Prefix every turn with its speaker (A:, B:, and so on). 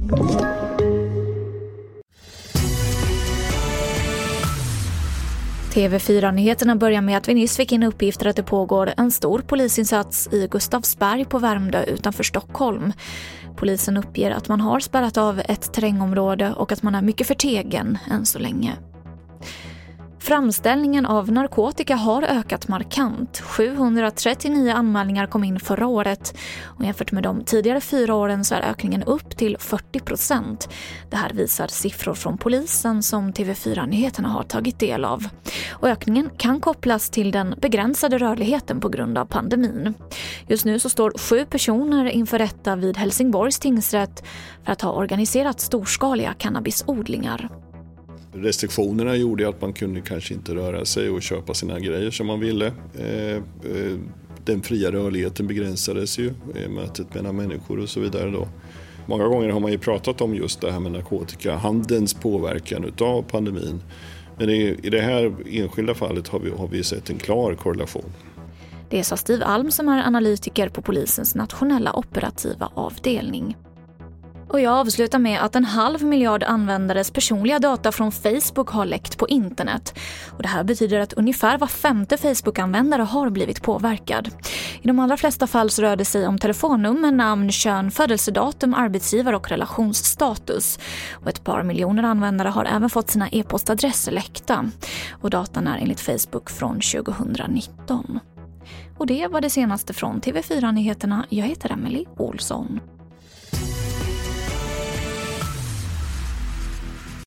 A: TV4-nyheterna börjar med att vi nyss fick in uppgifter att det pågår en stor polisinsats i Gustavsberg på Värmdö utanför Stockholm. Polisen uppger att man har spärrat av ett terrängområde och att man är mycket förtegen än så länge. Framställningen av narkotika har ökat markant. 739 anmälningar kom in förra året och jämfört med de tidigare 4 åren så är ökningen upp till 40%. Det här visar siffror från polisen som TV4-nyheterna har tagit del av. Och ökningen kan kopplas till den begränsade rörligheten på grund av pandemin. Just nu så står 7 personer inför rätta vid Helsingborgs tingsrätt för att ha organiserat storskaliga cannabisodlingar.
B: Restriktionerna gjorde att man kunde kanske inte röra sig och köpa sina grejer som man ville. Den fria rörligheten begränsades ju, mötet mellan människor och så vidare då. Många gånger har man ju pratat om just det här med narkotikahandelns påverkan utav pandemin. Men i det här enskilda fallet har vi sett en klar korrelation.
A: Det sa Steve Alm som är analytiker på polisens nationella operativa avdelning. Och jag avslutar med att 500 miljoner användares personliga data från Facebook har läckt på internet. Och det här betyder att ungefär var 5:e Facebook-användare har blivit påverkad. I de allra flesta fall så rör det sig om telefonnummer, namn, kön, födelsedatum, arbetsgivare och relationsstatus. Och ett par miljoner användare har även fått sina e-postadresser läckta. Och datan är enligt Facebook från 2019. Och det var det senaste från TV4-nyheterna. Jag heter Emily Olsson.